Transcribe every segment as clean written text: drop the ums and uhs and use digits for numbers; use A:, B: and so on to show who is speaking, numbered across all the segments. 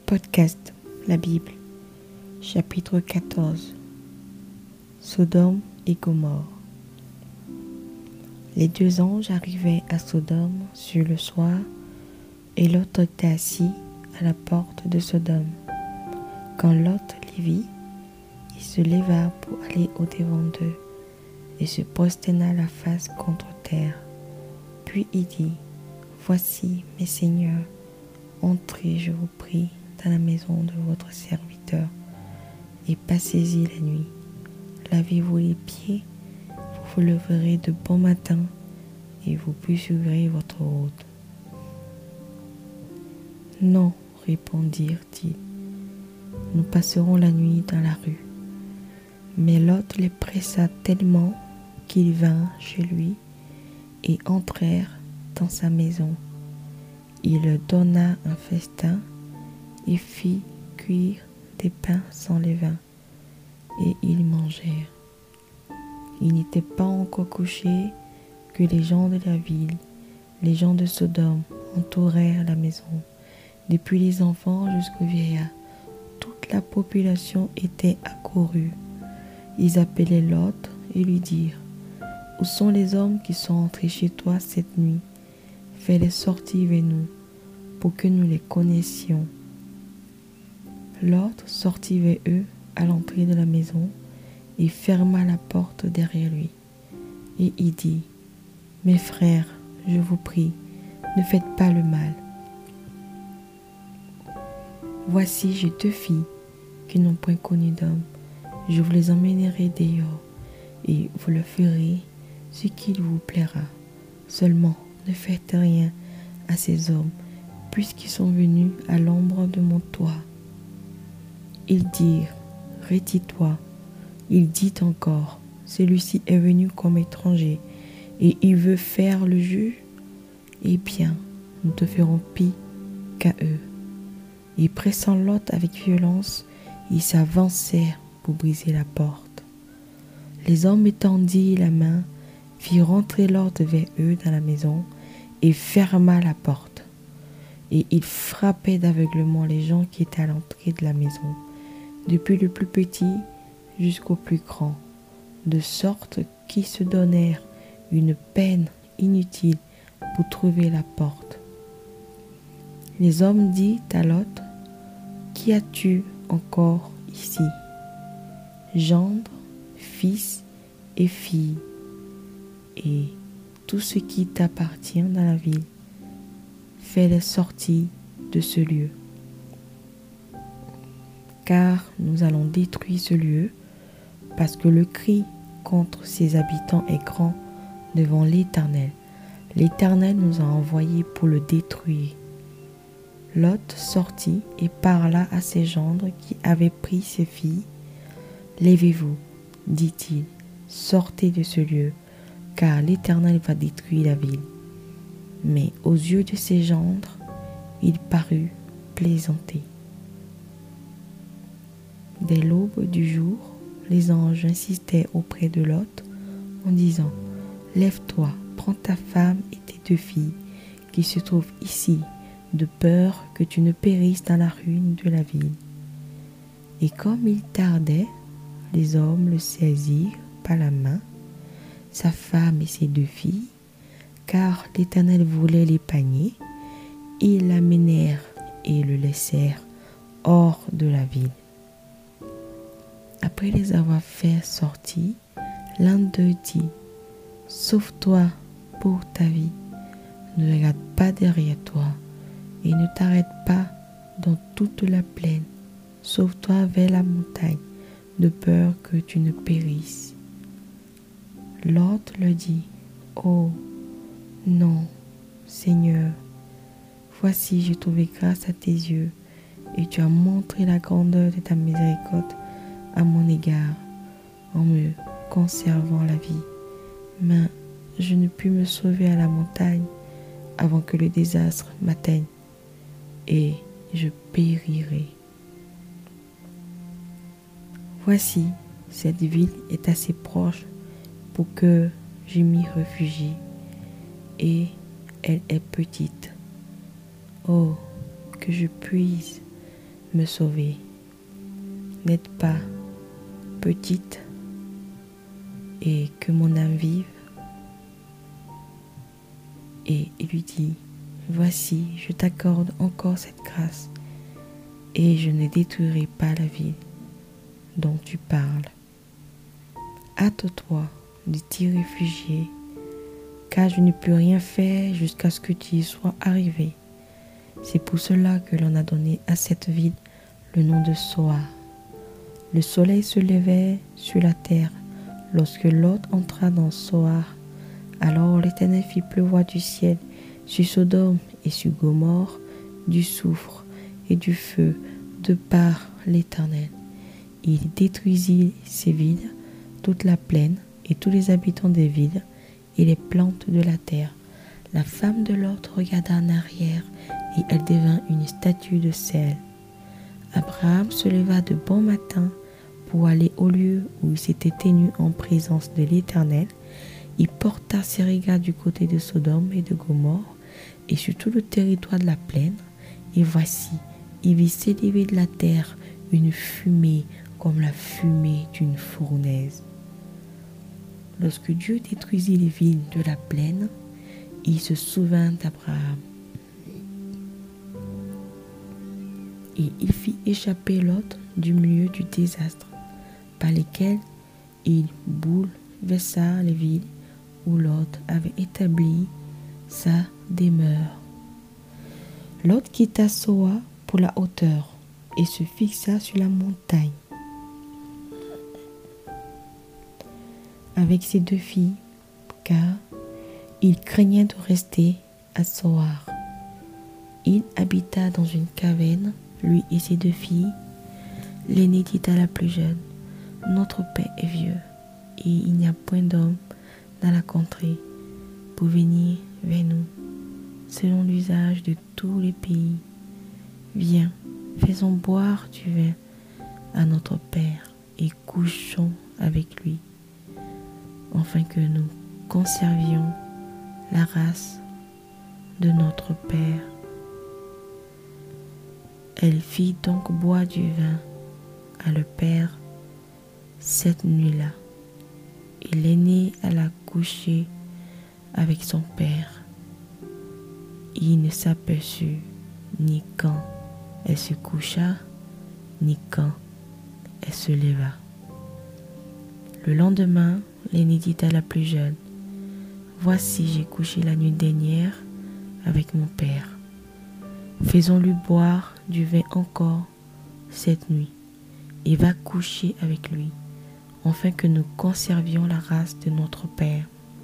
A: Podcast, la Bible, chapitre 14, Sodome et Gomorrhe. Les deux anges arrivaient à Sodome sur le soir, et Lot était assis à la porte de Sodome. Quand Lot les vit, il se leva pour aller au-devant d'eux, et se prosterna la face contre terre. Puis il dit, « Voici, mes seigneurs, entrez, je vous prie, dans la maison de votre serviteur, et passez-y la nuit. Lavez-vous les pieds, vous vous leverez de bon matin, et vous poursuivrez votre route. » « Non, répondirent-ils, nous passerons la nuit dans la rue. » Mais Lot les pressa tellement qu'ils vinrent chez lui et entrèrent dans sa maison. Il leur donna un festin et fit cuire des pains sans levain, et ils mangèrent. Ils n'étaient pas encore couchés que les gens de la ville, les gens de Sodome, entourèrent la maison. Depuis les enfants jusqu'aux vieillards, toute la population était accourue. Ils appelaient Lot et lui dirent, « Où sont les hommes qui sont entrés chez toi cette nuit? Fais-les sortir vers nous, pour que nous les connaissions. » Lot sortit vers eux à l'entrée de la maison et ferma la porte derrière lui. Et il dit, « Mes frères, je vous prie, ne faites pas le mal. Voici, j'ai deux filles qui n'ont point connu d'homme. Je vous les emmènerai dehors, et vous leur ferez ce qu'il vous plaira. Seulement, ne faites rien à ces hommes, puisqu'ils sont venus à l'ombre de mon toit. » Ils dirent, « Retire-toi. » Il dit encore, « Celui-ci est venu comme étranger, et il veut faire le juge. Eh bien, nous te ferons pis qu'à eux. » Et pressant Lot avec violence, ils s'avancèrent pour briser la porte. Les hommes étendirent la main, firent rentrer Lot vers eux dans la maison et ferma la porte. Et ils frappaient d'aveuglement les gens qui étaient à l'entrée de la maison, depuis le plus petit jusqu'au plus grand, de sorte qu'ils se donnèrent une peine inutile pour trouver la porte. Les hommes dirent à Lot, « Qui as-tu encore ici? Gendre, fils et fille, et tout ce qui t'appartient dans la ville. Fais-les sortir de ce lieu. Car nous allons détruire ce lieu, parce que le cri contre ses habitants est grand devant l'Éternel. L'Éternel nous a envoyés pour le détruire. » Lot sortit et parla à ses gendres qui avaient pris ses filles. « Levez-vous, dit-il, sortez de ce lieu, car l'Éternel va détruire la ville. » Mais aux yeux de ses gendres, il parut plaisanter. Dès l'aube du jour, les anges insistaient auprès de Lot en disant, « Lève-toi, prends ta femme et tes deux filles qui se trouvent ici, de peur que tu ne périsses dans la ruine de la ville. » Et comme il tardait, les hommes le saisirent par la main, sa femme et ses deux filles, car l'Éternel voulait l'épargner. Ils l'amenèrent et le laissèrent hors de la ville. Après les avoir fait sortir, l'un d'eux dit, « Sauve-toi pour ta vie, ne regarde pas derrière toi, et ne t'arrête pas dans toute la plaine. Sauve-toi vers la montagne, de peur que tu ne périsses. » L'autre leur dit, « Oh, non, Seigneur, voici j'ai trouvé grâce à tes yeux, et tu as montré la grandeur de ta miséricorde à mon égard, en me conservant la vie. Mais je ne puis me sauver à la montagne avant que le désastre m'atteigne, et je périrai. Voici, cette ville est assez proche pour que je m'y réfugie, et elle est petite. Oh, que je puisse me sauver. N'êtes pas petite et que mon âme vive. Et il lui dit, voici, je t'accorde encore cette grâce et je ne détruirai pas la ville dont tu parles. Hâte-toi de t'y réfugier, car je ne peux rien faire jusqu'à ce que tu y sois arrivé. C'est pour cela que l'on a donné à cette ville le nom de Soar. Le soleil se levait sur la terre lorsque Lot entra dans Soar. Alors l'Éternel fit pleuvoir du ciel sur Sodome et sur Gomorrhe du soufre et du feu de par l'Éternel. Il détruisit ces villes, toute la plaine et tous les habitants des villes et les plantes de la terre. La femme de Lot regarda en arrière et elle devint une statue de sel. Abraham se leva de bon matin pour aller au lieu où il s'était tenu en présence de l'Éternel. Il porta ses regards du côté de Sodome et de Gomorrhe et sur tout le territoire de la plaine. Et voici, il vit s'élever de la terre une fumée comme la fumée d'une fournaise. Lorsque Dieu détruisit les villes de la plaine, il se souvint d'Abraham. Et il fit échapper Lot du milieu du désastre, par lesquels il bouleversa les villes où Lot avait établi sa demeure. Lot quitta Soar pour la hauteur et se fixa sur la montagne avec ses 2 filles, car il craignait de rester à Soar. Il habita dans une caverne, lui et ses 2 filles. L'aînée dit à la plus jeune, « Notre père est vieux, et il n'y a point d'homme dans la contrée pour venir vers nous, selon l'usage de tous les pays. Viens, faisons boire du vin à notre père et couchons avec lui, afin que nous conservions la race de notre père. » Elle fit donc boire du vin à le père cette nuit-là, et l'aîné alla coucher avec son père. Il ne s'aperçut ni quand elle se coucha, ni quand elle se leva. Le lendemain, l'aîné dit à la plus jeune, « Voici, j'ai couché la nuit dernière avec mon père. Faisons-lui boire du vin encore cette nuit, et va coucher avec lui, afin que nous conservions la race de notre père. »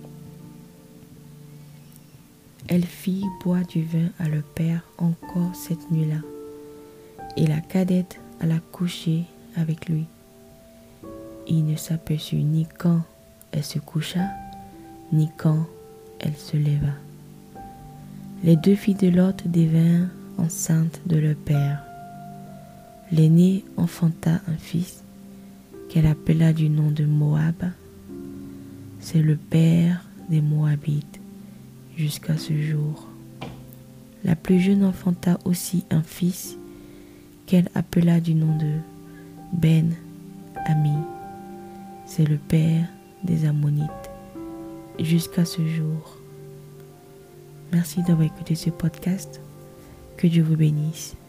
A: Elle fit boire du vin à leur père encore cette nuit-là, et la cadette alla coucher avec lui. Il ne s'aperçut ni quand elle se coucha, ni quand elle se leva. Les 2 filles de Lot devinrent enceintes de leur père. L'aînée enfanta un fils qu'elle appela du nom de Moab. C'est le père des Moabites jusqu'à ce jour. La plus jeune enfanta aussi un fils qu'elle appela du nom de Ben-Ami. C'est le père des Ammonites jusqu'à ce jour. Merci d'avoir écouté ce podcast. Que Dieu vous bénisse.